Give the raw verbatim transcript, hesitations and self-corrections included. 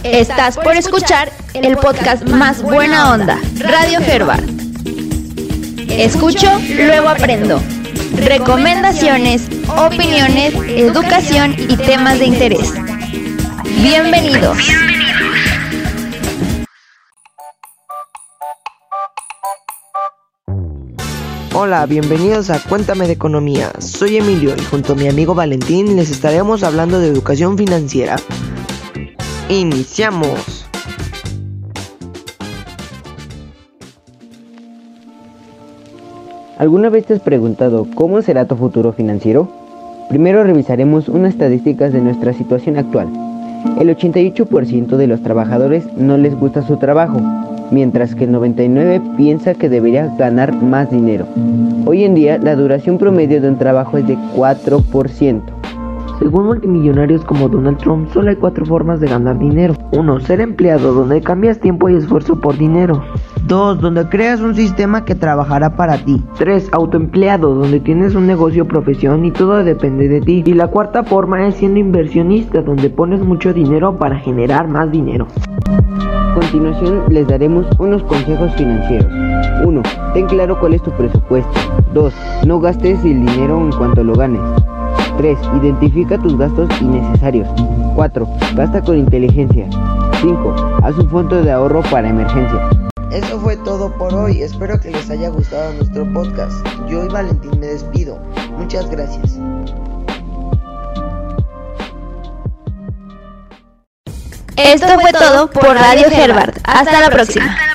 Estás por escuchar el podcast más buena onda, Radio Herbart. Escucho, luego aprendo. Recomendaciones, opiniones, educación y temas de interés. Bienvenidos. Hola, bienvenidos a Cuéntame de Economía. Soy Emilio y junto a mi amigo Valentín les estaremos hablando de educación financiera. ¡Iniciamos! ¿Alguna vez te has preguntado cómo será tu futuro financiero? Primero revisaremos unas estadísticas de nuestra situación actual. El ochenta y ocho por ciento de los trabajadores no les gusta su trabajo, mientras que el noventa y nueve por ciento piensa que debería ganar más dinero. Hoy en día, la duración promedio de un trabajo es de cuatro por ciento. Según multimillonarios como Donald Trump, solo hay cuatro formas de ganar dinero. uno. Ser empleado, donde cambias tiempo y esfuerzo por dinero. dos. Donde creas un sistema que trabajará para ti. tres. Autoempleado, donde tienes un negocio o profesión y todo depende de ti. Y la cuarta forma es siendo inversionista, donde pones mucho dinero para generar más dinero. A continuación les daremos unos consejos financieros. uno. Ten claro cuál es tu presupuesto. dos. No gastes el dinero en cuanto lo ganes. tres. Identifica tus gastos innecesarios. cuatro. Gasta con inteligencia. cinco. Haz un fondo de ahorro para emergencias. Eso fue todo por hoy. Espero que les haya gustado nuestro podcast. Yo y Valentín me despido. Muchas gracias. Esto fue todo por Radio Herbart. Hasta la próxima.